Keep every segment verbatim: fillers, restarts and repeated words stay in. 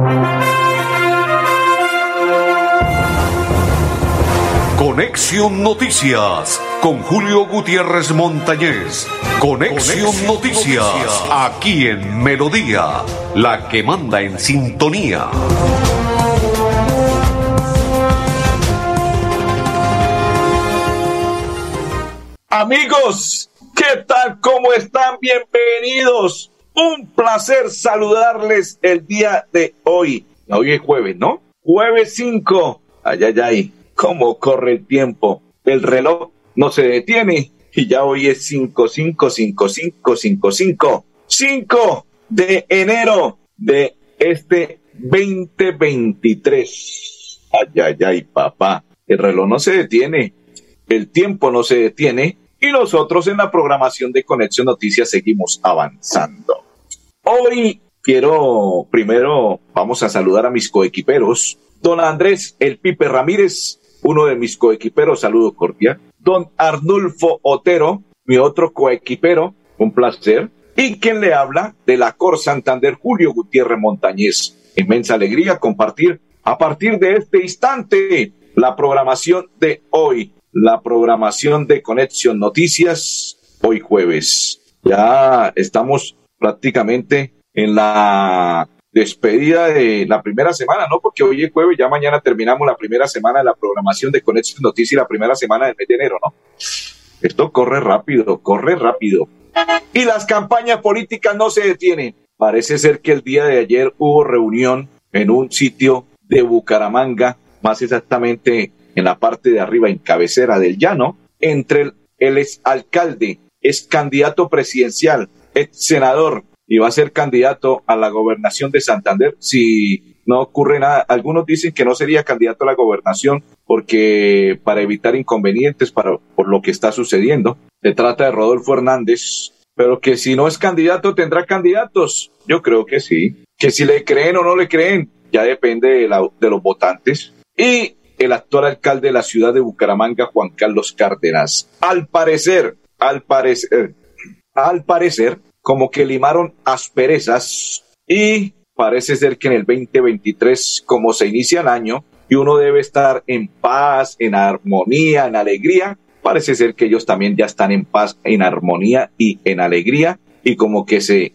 Conexión Noticias con Julio Gutiérrez Montañez. Conexión, Conexión Noticias, Noticias, aquí en Melodía, la que manda en sintonía. Amigos, ¿qué tal? ¿Cómo están? Bienvenidos. Un placer saludarles el día de hoy. Hoy es jueves, ¿no? Jueves cinco. Ay, ay, ay. ¿Cómo corre el tiempo? El reloj no se detiene y ya hoy es cinco, cinco, cinco, cinco, cinco, cinco, cinco de enero de este veinte veintitrés. Ay, ay, ay, papá. El reloj no se detiene, el tiempo no se detiene y nosotros en la programación de Conexión Noticias seguimos avanzando. Hoy quiero, primero vamos a saludar a mis coequiperos. Don Andrés El Pipe Ramírez, uno de mis coequiperos, saludo cordial. Don Arnulfo Otero, mi otro coequipero, un placer. Y quien le habla de la Cor Santander, Julio Gutiérrez Montañez. Inmensa alegría compartir a partir de este instante la programación de hoy, la programación de Conexión Noticias, hoy jueves. Ya estamos prácticamente en la despedida de la primera semana, ¿no? Porque hoy es jueves, ya mañana terminamos la primera semana de la programación de Conexión Noticias y la primera semana del mes de enero, ¿no? Esto corre rápido, corre rápido. Y las campañas políticas no se detienen. Parece ser que el día de ayer hubo reunión en un sitio de Bucaramanga, más exactamente en la parte de arriba, en cabecera del llano, entre el, el exalcalde, ex candidato presidencial, ex senador, y va a ser candidato a la gobernación de Santander si no ocurre nada. Algunos dicen que no sería candidato a la gobernación porque para evitar inconvenientes para, por lo que está sucediendo. Se trata de Rodolfo Hernández, pero que si no es candidato tendrá candidatos. Yo creo que sí. Que si le creen o no le creen, ya depende de, la, de los votantes. Y el actual alcalde de la ciudad de Bucaramanga, Juan Carlos Cárdenas. Al parecer, al parecer, al parecer, como que limaron asperezas y parece ser que en el veinte veintitrés, como se inicia el año y uno debe estar en paz, en armonía, en alegría, parece ser que ellos también ya están en paz, en armonía y en alegría y como que se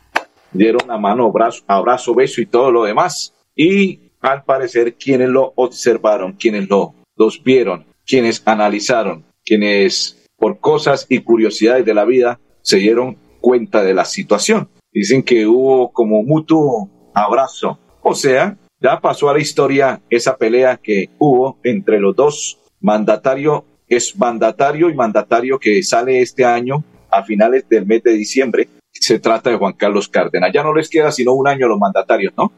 dieron la mano, abrazo, abrazo, beso y todo lo demás. Y al parecer quienes lo observaron, quienes lo, los vieron, quienes analizaron, quienes por cosas y curiosidades de la vida se dieron cuenta de la situación. Dicen que hubo como mutuo abrazo. O sea, ya pasó a la historia esa pelea que hubo entre los dos, mandatario, es mandatario y mandatario que sale este año a finales del mes de diciembre. Se trata de Juan Carlos Cárdenas. Ya no les queda sino un año a los mandatarios, ¿no?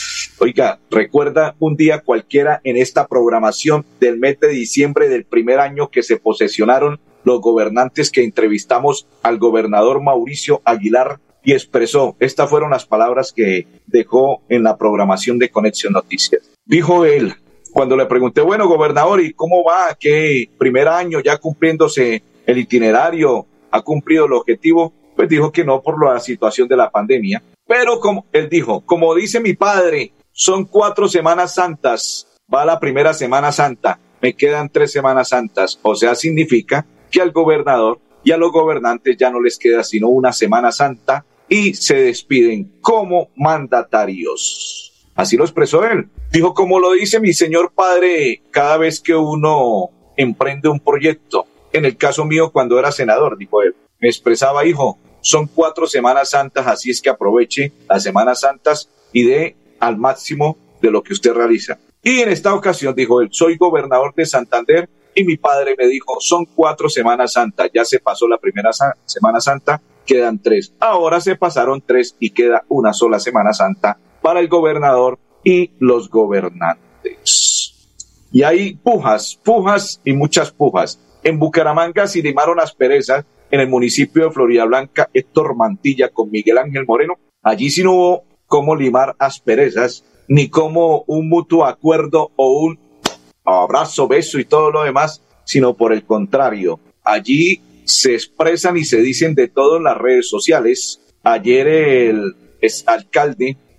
Oiga, recuerda un día cualquiera en esta programación del mes de diciembre del primer año que se posesionaron los gobernantes, que entrevistamos al gobernador Mauricio Aguilar y expresó, estas fueron las palabras que dejó en la programación de Conexión Noticias. Dijo él, cuando le pregunté, bueno, gobernador, ¿y cómo va? ¿Qué primer año ya cumpliéndose el itinerario? ¿Ha cumplido el objetivo? Pues dijo que no por la situación de la pandemia. Pero como él dijo, como dice mi padre, son cuatro semanas santas, va la primera Semana Santa, me quedan tres Semanas Santas, o sea, significa que al gobernador y a los gobernantes ya no les queda sino una Semana Santa y se despiden como mandatarios. Así lo expresó él. Dijo, como lo dice mi señor padre, cada vez que uno emprende un proyecto, en el caso mío cuando era senador, dijo él, me expresaba, hijo, son cuatro Semanas Santas, así es que aproveche las Semanas Santas y dé al máximo de lo que usted realiza. Y en esta ocasión, dijo él, soy gobernador de Santander y mi padre me dijo, son cuatro Semanas Santas, ya se pasó la primera sa- Semana Santa, quedan tres. Ahora se pasaron tres y queda una sola Semana Santa para el gobernador y los gobernantes. Y hay pujas, pujas y muchas pujas. En Bucaramanga se limaron asperezas, en el municipio de Floridablanca, Héctor Mantilla con Miguel Ángel Moreno. Allí sí no hubo cómo limar asperezas, ni como un mutuo acuerdo o un abrazo, beso y todo lo demás, sino por el contrario. Allí se expresan y se dicen de todo en las redes sociales. Ayer el exalcalde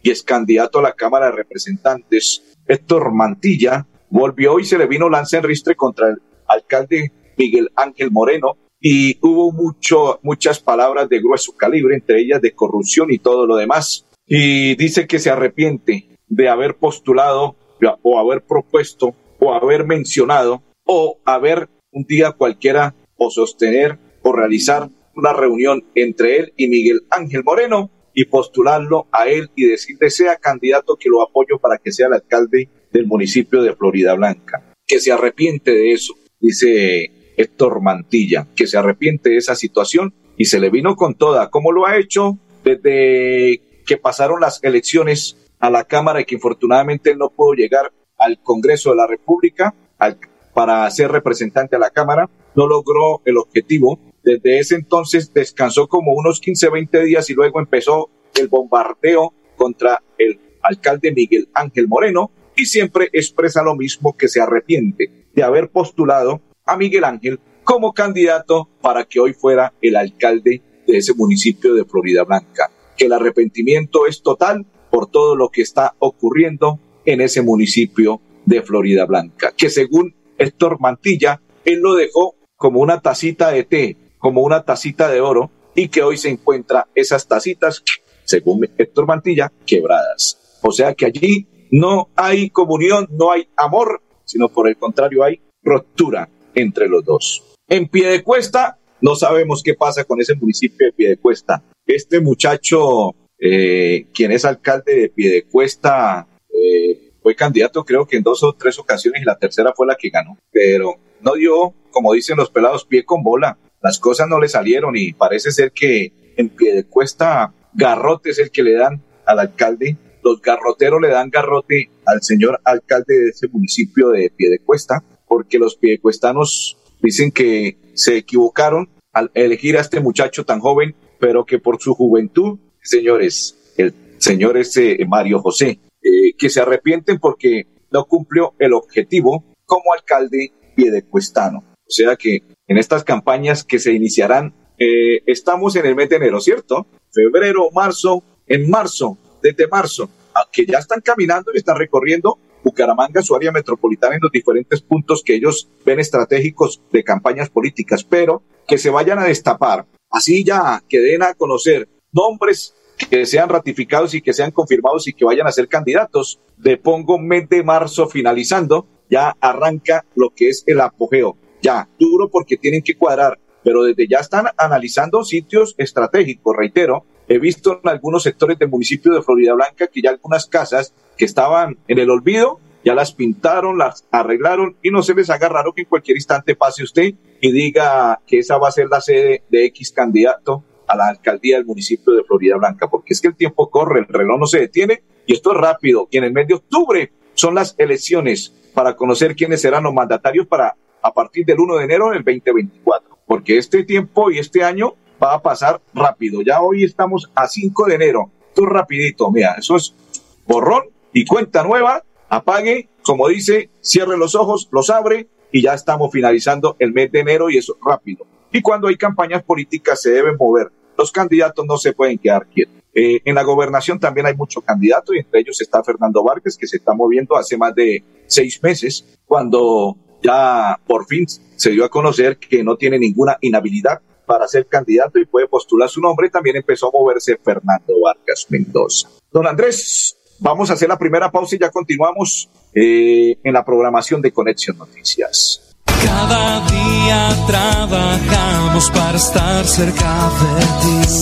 y es candidato a la Cámara de Representantes, Héctor Mantilla, volvió y se le vino lanza en ristre contra el alcalde Miguel Ángel Moreno, y hubo mucho, muchas palabras de grueso calibre, entre ellas de corrupción y todo lo demás. Y dice que se arrepiente de haber postulado o haber propuesto o haber mencionado o haber un día cualquiera o sostener o realizar una reunión entre él y Miguel Ángel Moreno y postularlo a él y decirle sea candidato, que lo apoyo para que sea el alcalde del municipio de Floridablanca. Que se arrepiente de eso, dice Héctor Mantilla, que se arrepiente de esa situación y se le vino con toda, como lo ha hecho desde que pasaron las elecciones a la Cámara y que infortunadamente él no pudo llegar al Congreso de la República al, para ser representante a la Cámara, no logró el objetivo. Desde ese entonces descansó como unos quince, veinte días y luego empezó el bombardeo contra el alcalde Miguel Ángel Moreno y siempre expresa lo mismo, que se arrepiente de haber postulado a Miguel Ángel como candidato para que hoy fuera el alcalde de ese municipio de Floridablanca, que el arrepentimiento es total por todo lo que está ocurriendo en ese municipio de Floridablanca, que según Héctor Mantilla, él lo dejó como una tacita de té, como una tacita de oro, y que hoy se encuentra esas tacitas, según Héctor Mantilla, quebradas. O sea que allí no hay comunión, no hay amor, sino por el contrario hay ruptura entre los dos. En Piedecuesta, no sabemos qué pasa con ese municipio de Piedecuesta. Este muchacho, eh, quien es alcalde de Piedecuesta, eh, fue candidato creo que en dos o tres ocasiones y la tercera fue la que ganó, pero no dio, como dicen los pelados, pie con bola. Las cosas no le salieron y parece ser que en Piedecuesta garrote es el que le dan al alcalde. Los garroteros le dan garrote al señor alcalde de ese municipio de Piedecuesta, porque los piedecuestanos dicen que se equivocaron al elegir a este muchacho tan joven, pero que por su juventud, señores, el señor ese Mario José, eh, que se arrepienten porque no cumplió el objetivo como alcalde piedecuestano. O sea que en estas campañas que se iniciarán, eh, estamos en el mes de enero, ¿cierto? Febrero, marzo, en marzo, desde marzo, que ya están caminando y están recorriendo Bucaramanga, su área metropolitana, en los diferentes puntos que ellos ven estratégicos de campañas políticas, pero que se vayan a destapar, así ya que den a conocer nombres que sean ratificados y que sean confirmados y que vayan a ser candidatos. Le pongo mes de marzo finalizando, ya arranca lo que es el apogeo, ya duro porque tienen que cuadrar, pero desde ya están analizando sitios estratégicos, reitero. He visto en algunos sectores del municipio de Floridablanca que ya algunas casas que estaban en el olvido, ya las pintaron, las arreglaron y no se les haga raro que en cualquier instante pase usted y diga que esa va a ser la sede de X candidato a la alcaldía del municipio de Floridablanca, porque es que el tiempo corre, el reloj no se detiene y esto es rápido. Y en el mes de octubre son las elecciones para conocer quiénes serán los mandatarios para a partir del primero de enero del veinte veinticuatro, porque este tiempo y este año va a pasar rápido. Ya hoy estamos a cinco de enero. Esto es rapidito, mira, eso es borrón y cuenta nueva, apague, como dice, cierre los ojos, los abre y ya estamos finalizando el mes de enero y eso es rápido. Y cuando hay campañas políticas se deben mover. Los candidatos no se pueden quedar quietos. Eh, en la gobernación también hay muchos candidatos y entre ellos está Fernando Vargas, que se está moviendo hace más de seis meses, cuando ya por fin se dio a conocer que no tiene ninguna inhabilidad para ser candidato y puede postular su nombre. También empezó a moverse Fernando Vargas Mendoza. Don Andrés, vamos a hacer la primera pausa y ya continuamos eh, en la programación de Conexión Noticias. Cada día trabajamos para estar cerca de ti.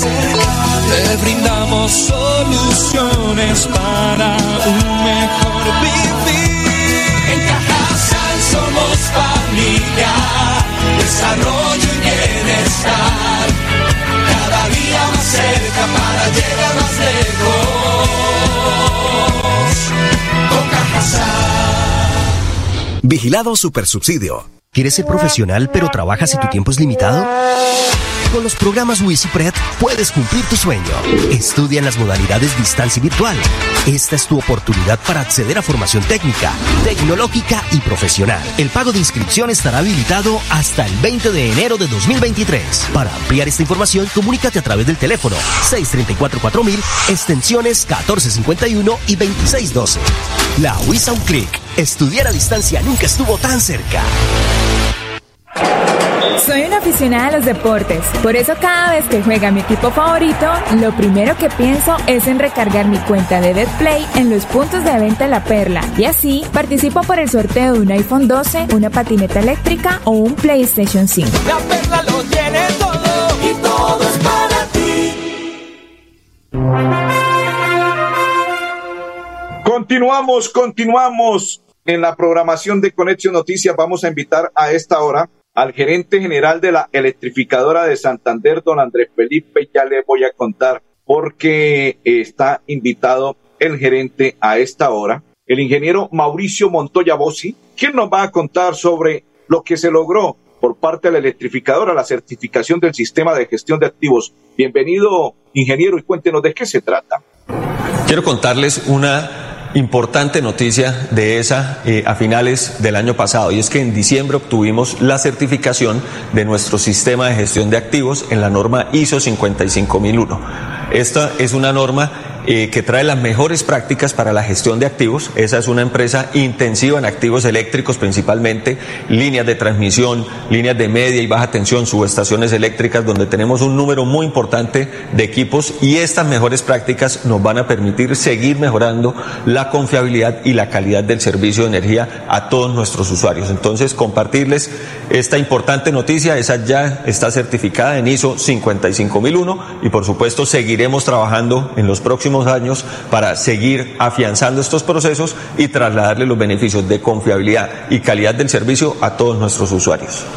Te brindamos soluciones para un mejor vivir. En Cajasal somos familia, desarrollo y bienestar. Cada día más cerca para llegar más lejos. Con Cajasal. Vigilado Supersubsidio. ¿Quieres ser profesional pero trabajas y tu tiempo es limitado? Con los programas WISIPRED puedes cumplir tu sueño. Estudia en las modalidades distancia y virtual. Esta es tu oportunidad para acceder a formación técnica, tecnológica y profesional. El pago de inscripción estará habilitado hasta el veinte de enero de dos mil veintitrés. Para ampliar esta información, comunícate a través del teléfono seis tres cuatro cuatro mil, extensiones catorce cincuenta y uno y veintiséis doce. La WISA un clic. Estudiar a distancia nunca estuvo tan cerca. Soy una aficionada a los deportes, por eso cada vez que juega mi equipo favorito, lo primero que pienso es en recargar mi cuenta de BetPlay en los puntos de venta La Perla, y así participo por el sorteo de un iPhone doce, una patineta eléctrica o un PlayStation cinco. La Perla lo tiene todo y todo es para ti. Continuamos, continuamos en la programación de Conexión Noticias. Vamos a invitar a esta hora al gerente general de la electrificadora de Santander, don Andrés Felipe. Ya le voy a contar porque está invitado el gerente a esta hora, el ingeniero Mauricio Montoya Bossi, quien nos va a contar sobre lo que se logró por parte de la electrificadora, la certificación del sistema de gestión de activos. Bienvenido, ingeniero, y cuéntenos de qué se trata. Quiero contarles una importante noticia de esa eh, a finales del año pasado, y es que en diciembre obtuvimos la certificación de nuestro sistema de gestión de activos en la norma I S O cincuenta y cinco mil uno. Esta es una norma eh, que trae las mejores prácticas para la gestión de activos. Esa es una empresa intensiva en activos eléctricos, principalmente líneas de transmisión, líneas de media y baja tensión, subestaciones eléctricas, donde tenemos un número muy importante de equipos, y estas mejores prácticas nos van a permitir seguir mejorando la confiabilidad y la calidad del servicio de energía a todos nuestros usuarios. Entonces, compartirles esta importante noticia. Esa ya está certificada en I S O cincuenta y cinco mil uno, y por supuesto seguiremos trabajando en los próximos años para seguir afianzando estos procesos y trasladarle los beneficios de confiabilidad y calidad del servicio a todos nuestros usuarios.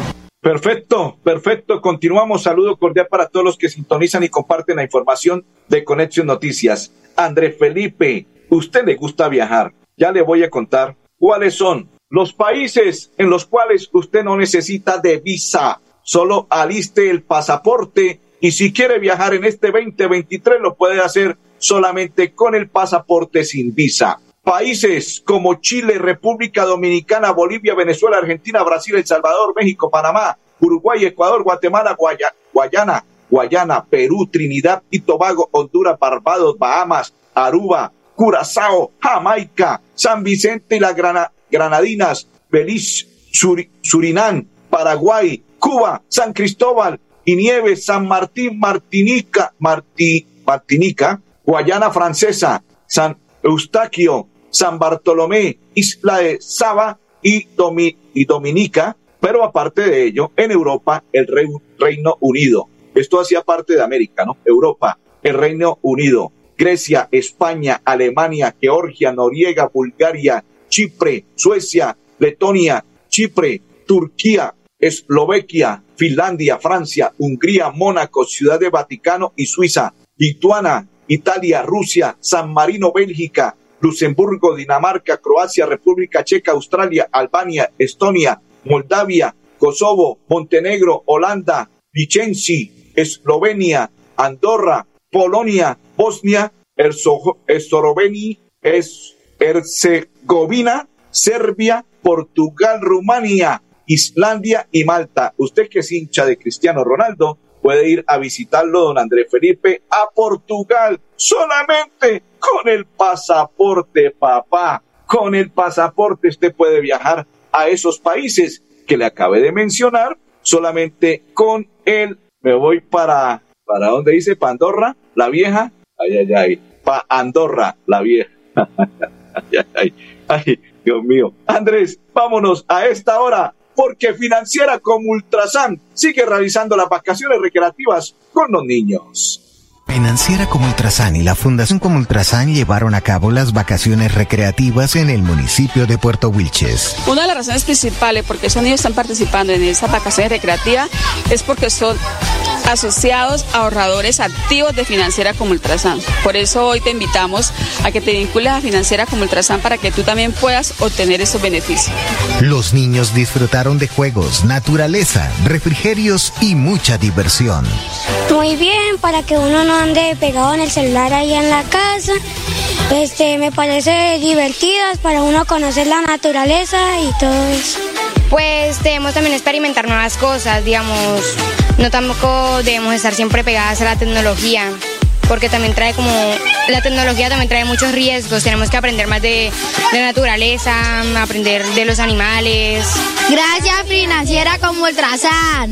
Perfecto, perfecto. Continuamos. Saludo cordial para todos los que sintonizan y comparten la información de Conexión Noticias. Andrés Felipe, usted le gusta viajar. Ya le voy a contar cuáles son los países en los cuales usted no necesita de visa. Solo aliste el pasaporte, y si quiere viajar en este veinte veintitrés lo puede hacer solamente con el pasaporte sin visa. Países como Chile, República Dominicana, Bolivia, Venezuela, Argentina, Brasil, El Salvador, México, Panamá, Uruguay, Ecuador, Guatemala, Guaya, Guayana, Guayana, Perú, Trinidad y Tobago, Honduras, Barbados, Bahamas, Aruba, Curazao, Jamaica, San Vicente y las Grana, Granadinas, Belice, Sur, Surinam, Paraguay, Cuba, San Cristóbal y Nieves, San Martín, Martinica, Martí, Martinica, Guayana Francesa, San Eustaquio, San Bartolomé, Isla de Saba y, Domi, y Dominica, pero aparte de ello, en Europa, el Re, Reino Unido. Esto hacía parte de América, ¿no? Europa, el Reino Unido, Grecia, España, Alemania, Georgia, Noruega, Bulgaria, Chipre, Suecia, Letonia, Chipre, Turquía, Eslovaquia, Finlandia, Francia, Hungría, Mónaco, Ciudad de Vaticano y Suiza, Lituania, Italia, Rusia, San Marino, Bélgica, Luxemburgo, Dinamarca, Croacia, República Checa, Australia, Albania, Estonia, Moldavia, Kosovo, Montenegro, Holanda, Liechtenstein, Eslovenia, Andorra, Polonia, Bosnia, Herzegovina, Herzegovina, Serbia, Portugal, Rumania, Islandia y Malta. Usted que es hincha de Cristiano Ronaldo puede ir a visitarlo, don Andrés Felipe, a Portugal, solamente con el pasaporte, papá. Con el pasaporte usted puede viajar a esos países que le acabé de mencionar, solamente con el, me voy para, ¿para dónde dice? ¿Para Andorra, la vieja? Ay, ay, ay, para Andorra, la vieja. Ay, ay, ay, Dios mío. Andrés, vámonos a esta hora, porque Financiera como Ultrasan sigue realizando las vacaciones recreativas con los niños. Financiera como Ultrasan y la Fundación como Ultrasan llevaron a cabo las vacaciones recreativas en el municipio de Puerto Wilches. Una de las razones principales por qué esos niños están participando en esas vacaciones recreativas es porque son asociados ahorradores activos de Financiera como Ultrasan. Por eso hoy te invitamos a que te vincules a Financiera como Ultrasan para que tú también puedas obtener esos beneficios. Los niños disfrutaron de juegos, naturaleza, refrigerios y mucha diversión. Muy bien, para que uno no ande pegado en el celular ahí en la casa. Este, me parece divertidas para uno conocer la naturaleza y todo eso. Pues debemos también experimentar nuevas cosas, digamos, no tampoco debemos estar siempre pegadas a la tecnología, porque también trae como, la tecnología también trae muchos riesgos, tenemos que aprender más de, de naturaleza, aprender de los animales. Gracias Financiera como Ultrasan.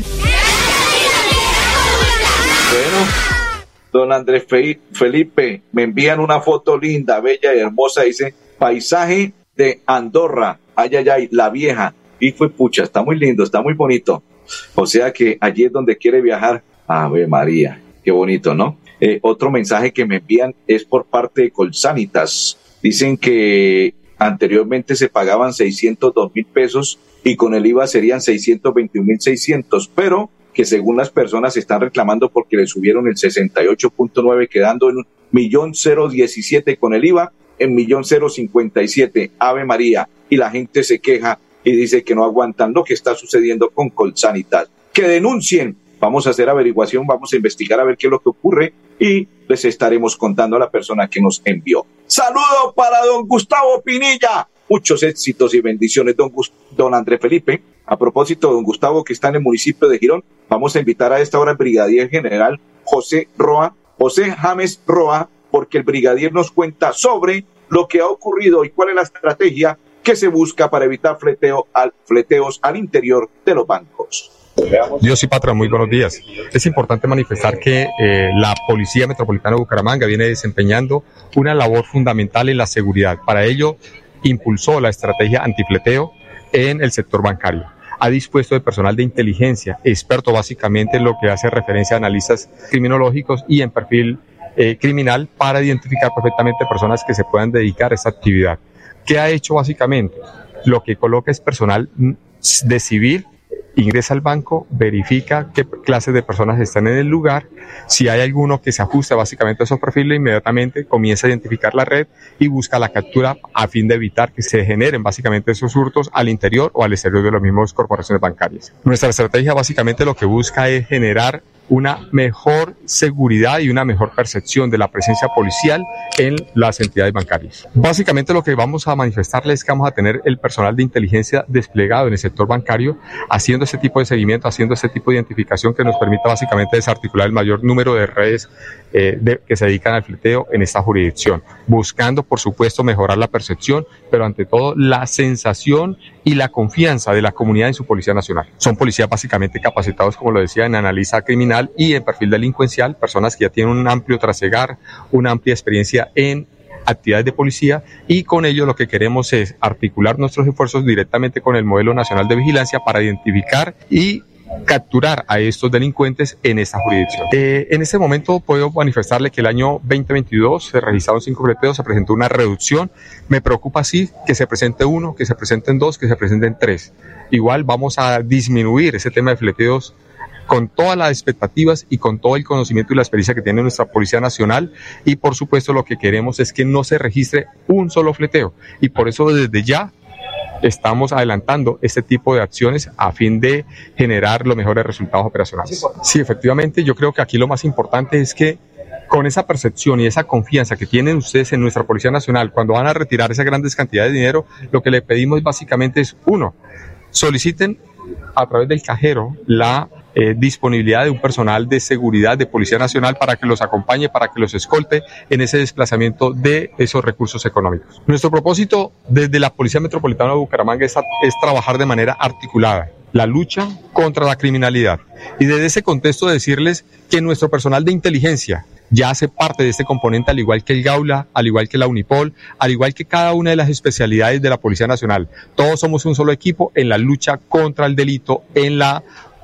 Bueno, don Andrés Felipe, me envían una foto linda, bella y hermosa, dice, paisaje de Andorra, ay, ay, ay, la vieja, y fue pucha, está muy lindo, está muy bonito, o sea que allí es donde quiere viajar. Ave María, qué bonito, ¿no? Eh, otro mensaje que me envían es por parte de Colsanitas, dicen que anteriormente se pagaban seiscientos dos mil pesos y con el I V A serían seiscientos veintiún mil seiscientos, pero que según las personas se están reclamando porque le subieron el sesenta y ocho punto nueve, quedando en un millón cero diecisiete con el I V A, en millón cero cincuenta y siete. Ave María, y la gente se queja y dice que no aguantan lo que está sucediendo con Colsanitas. Que denuncien, vamos a hacer averiguación, vamos a investigar a ver qué es lo que ocurre y les estaremos contando a la persona que nos envió. Saludo para don Gustavo Pinilla, muchos éxitos y bendiciones, don, Gust- don Andrés Felipe. A propósito, don Gustavo, que está en el municipio de Girón, vamos a invitar a esta hora al brigadier general José Roa, José James Roa, porque el brigadier nos cuenta sobre lo que ha ocurrido y cuál es la estrategia que se busca para evitar fleteo al, fleteos al interior de los bancos. Dios y patria, muy buenos días. Es importante manifestar que eh, la Policía Metropolitana de Bucaramanga viene desempeñando una labor fundamental en la seguridad. Para ello, impulsó la estrategia antifleteo en el sector bancario. Ha dispuesto de personal de inteligencia, experto básicamente en lo que hace referencia a analistas criminológicos y en perfil eh, criminal, para identificar perfectamente personas que se puedan dedicar a esta actividad. ¿Qué ha hecho básicamente? Lo que coloca es personal de civil, ingresa al banco, verifica qué clases de personas están en el lugar, si hay alguno que se ajusta básicamente a esos perfiles, inmediatamente comienza a identificar la red y busca la captura a fin de evitar que se generen básicamente esos hurtos al interior o al exterior de las mismas corporaciones bancarias. Nuestra estrategia básicamente lo que busca es generar una mejor seguridad y una mejor percepción de la presencia policial en las entidades bancarias. Básicamente lo que vamos a manifestarles es que vamos a tener el personal de inteligencia desplegado en el sector bancario, haciendo ese tipo de seguimiento, haciendo ese tipo de identificación que nos permita básicamente desarticular el mayor número de redes eh, de, que se dedican al fleteo en esta jurisdicción, buscando por supuesto mejorar la percepción, pero ante todo la sensación y la confianza de la comunidad en su Policía Nacional. Son policías básicamente capacitados, como lo decía, en analítica criminal y en perfil delincuencial, personas que ya tienen un amplio trasegar, una amplia experiencia en actividades de policía, y con ello lo que queremos es articular nuestros esfuerzos directamente con el Modelo Nacional de Vigilancia para identificar y capturar a estos delincuentes en esta jurisdicción. Eh, en este momento puedo manifestarle que el año veinte veintidós se registraron cinco fleteos, se presentó una reducción. Me preocupa sí que se presente uno, que se presenten dos, que se presenten tres. Igual vamos a disminuir ese tema de fleteos con todas las expectativas y con todo el conocimiento y la experiencia que tiene nuestra Policía Nacional, y por supuesto lo que queremos es que no se registre un solo fleteo, y por eso desde ya estamos adelantando este tipo de acciones a fin de generar los mejores resultados operacionales. Sí, efectivamente, yo creo que aquí lo más importante es que con esa percepción y esa confianza que tienen ustedes en nuestra Policía Nacional, cuando van a retirar esas grandes cantidades de dinero, lo que le pedimos básicamente es, uno, soliciten a través del cajero la eh, disponibilidad de un personal de seguridad de Policía Nacional para que los acompañe, para que los escolte en ese desplazamiento de esos recursos económicos. Nuestro propósito desde la Policía Metropolitana de Bucaramanga es, a, es trabajar de manera articulada la lucha contra la criminalidad, y desde ese contexto decirles que nuestro personal de inteligencia ya hace parte de este componente, al igual que el Gaula, al igual que la Unipol, al igual que cada una de las especialidades de la Policía Nacional. Todos somos un solo equipo en la lucha contra el delito, en la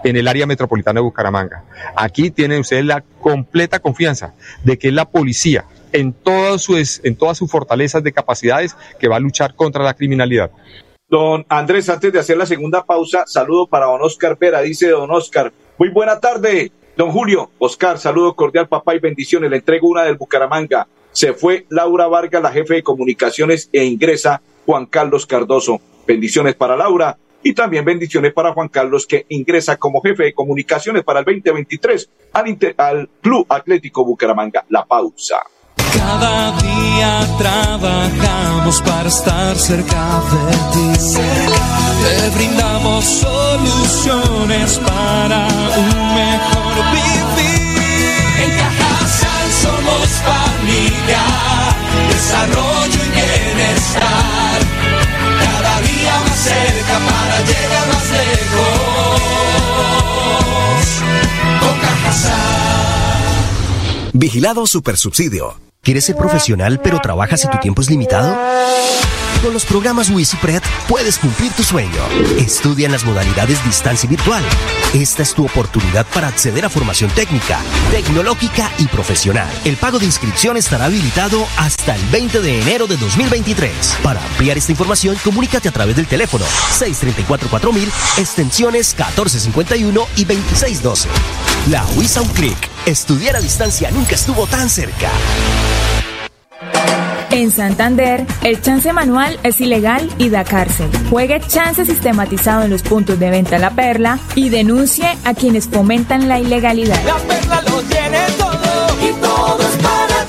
en el área metropolitana de Bucaramanga. Aquí tienen ustedes la completa confianza de que es la policía en todas sus, en todas sus fortalezas de capacidades que va a luchar contra la criminalidad. Don Andrés, antes de hacer la segunda pausa, saludo para don Oscar Vera, dice don Oscar, muy buena tarde, don Julio. Oscar, saludo cordial, papá, y bendiciones, le entrego una del Bucaramanga. Se fue Laura Vargas, la jefe de comunicaciones, e ingresa Juan Carlos Cardoso. Bendiciones para Laura y también bendiciones para Juan Carlos, que ingresa como jefe de comunicaciones para el veinte veintitrés al, Inter- al Club Atlético Bucaramanga. La pausa. Cada día trabajamos para estar cerca de ti. Te brindamos soluciones para un mejor vivir. En Cajasal somos familia, desarrollo y bienestar. Cada día más cerca para llegar más lejos. Con Cajasal. Vigilado Supersubsidio. ¿Quieres ser profesional pero trabajas y tu tiempo es limitado? Con los programas WISIPRED puedes cumplir tu sueño. Estudia en las modalidades distancia y virtual. Esta es tu oportunidad para acceder a formación técnica, tecnológica y profesional. El pago de inscripción estará habilitado hasta el veinte de enero de dos mil veintitrés. Para ampliar esta información, comunícate a través del teléfono seis tres cuatro cuatro mil, extensiones catorce cincuenta y uno y veintiséis doce. La WIS a un clic. Estudiar a distancia nunca estuvo tan cerca. En Santander, el chance manual es ilegal y da cárcel. Juegue chance sistematizado en los puntos de venta La Perla y denuncie a quienes fomentan la ilegalidad. La Perla lo tiene todo y todo es para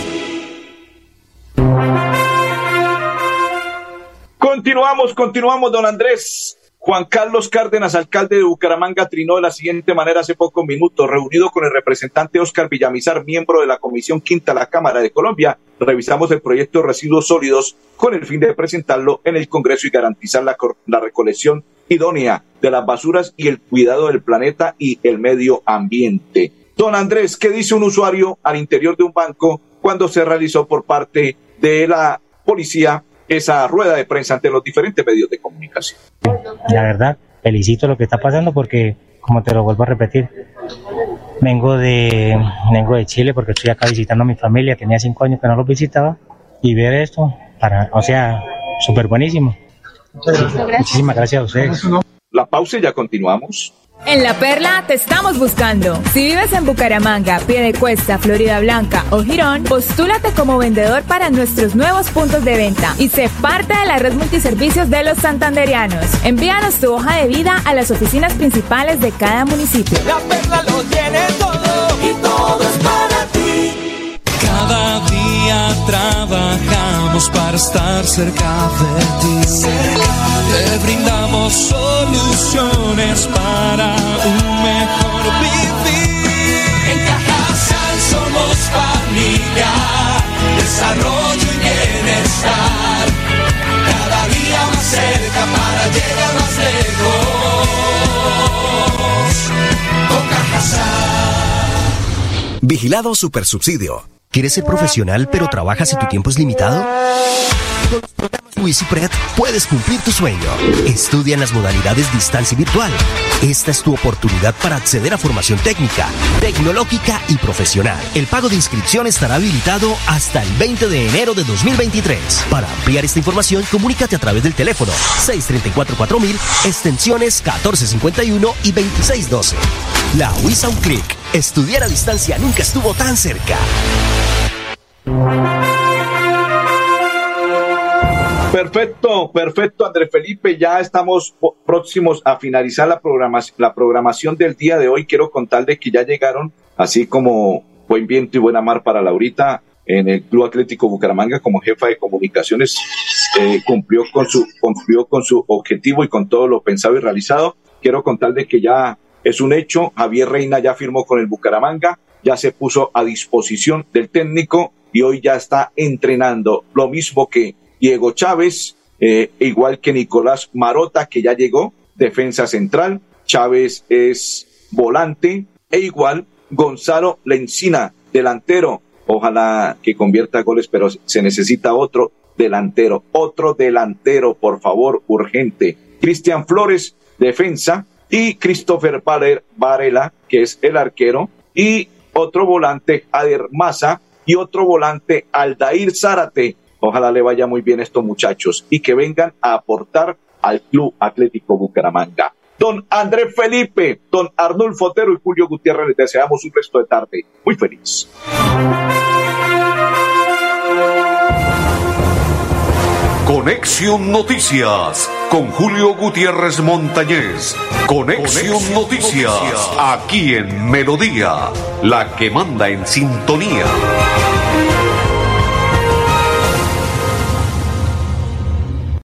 ti. Continuamos, continuamos, don Andrés. Juan Carlos Cárdenas, alcalde de Bucaramanga, trinó de la siguiente manera hace pocos minutos. Reunido con el representante Óscar Villamizar, miembro de la Comisión Quinta de la Cámara de Colombia, revisamos el proyecto de residuos sólidos con el fin de presentarlo en el Congreso y garantizar la, la recolección idónea de las basuras y el cuidado del planeta y el medio ambiente. Don Andrés, ¿qué dice un usuario al interior de un banco cuando se realizó por parte de la policía esa rueda de prensa ante los diferentes medios de comunicación? La verdad, felicito lo que está pasando porque, como te lo vuelvo a repetir, vengo de vengo de Chile porque estoy acá visitando a mi familia, tenía cinco años que no los visitaba, y ver esto, para, o sea, súper buenísimo. Muchísimas gracias a ustedes. La pausa y ya continuamos. En La Perla te estamos buscando. Si vives en Bucaramanga, Piedecuesta, Florida Blanca o Girón, postúlate como vendedor para nuestros nuevos puntos de venta y sé parte de la red multiservicios de los santanderianos. Envíanos tu hoja de vida a las oficinas principales de cada municipio. La Perla lo tiene todo y todo es para ti. Cada día trabajamos para estar cerca de ti. Te brindamos soluciones para un mejor vivir. En Cajasal somos familia, desarrollo y bienestar. Cada día más cerca para llegar más lejos. Con Cajasal. Vigilado Supersubsidio. ¿Quieres ser profesional pero trabajas y tu tiempo es limitado? Con los programas WISIPRED puedes cumplir tu sueño. Estudia en las modalidades distancia y virtual. Esta es tu oportunidad para acceder a formación técnica, tecnológica y profesional. El pago de inscripción estará habilitado hasta el veinte de enero de dos mil veintitrés. Para ampliar esta información, comunícate a través del teléfono seis tres cuatro cuatro mil, extensiones catorce cincuenta y uno y veintiséis doce. La WIS a un clic. Estudiar a distancia nunca estuvo tan cerca. Perfecto, perfecto, Andrés Felipe. Ya estamos próximos a finalizar la programación, la programación del día de hoy. Quiero contarles que ya llegaron, así como buen viento y buena mar para Laurita, en el Club Atlético Bucaramanga como jefa de comunicaciones. Eh, cumplió con su cumplió con su objetivo y con todo lo pensado y realizado. Quiero contarles que ya es un hecho. Javier Reina ya firmó con el Bucaramanga, ya se puso a disposición del técnico y hoy ya está entrenando. Lo mismo que Diego Chávez, eh, igual que Nicolás Marota, que ya llegó, defensa central. Chávez es volante, e igual Gonzalo Lencina, delantero. Ojalá que convierta goles, pero se necesita otro delantero, otro delantero, por favor, urgente. Cristian Flores, defensa, y Christopher Varela, que es el arquero, y otro volante Ader Maza y otro volante Aldair Zárate. Ojalá le vaya muy bien a estos muchachos y que vengan a aportar al Club Atlético Bucaramanga. Don Andrés Felipe, don Arnulfo Otero y Julio Gutiérrez, les deseamos un resto de tarde muy feliz. Conexión Noticias con Julio Gutiérrez Montañez. Conexión Noticias, aquí en Melodía, la que manda en sintonía.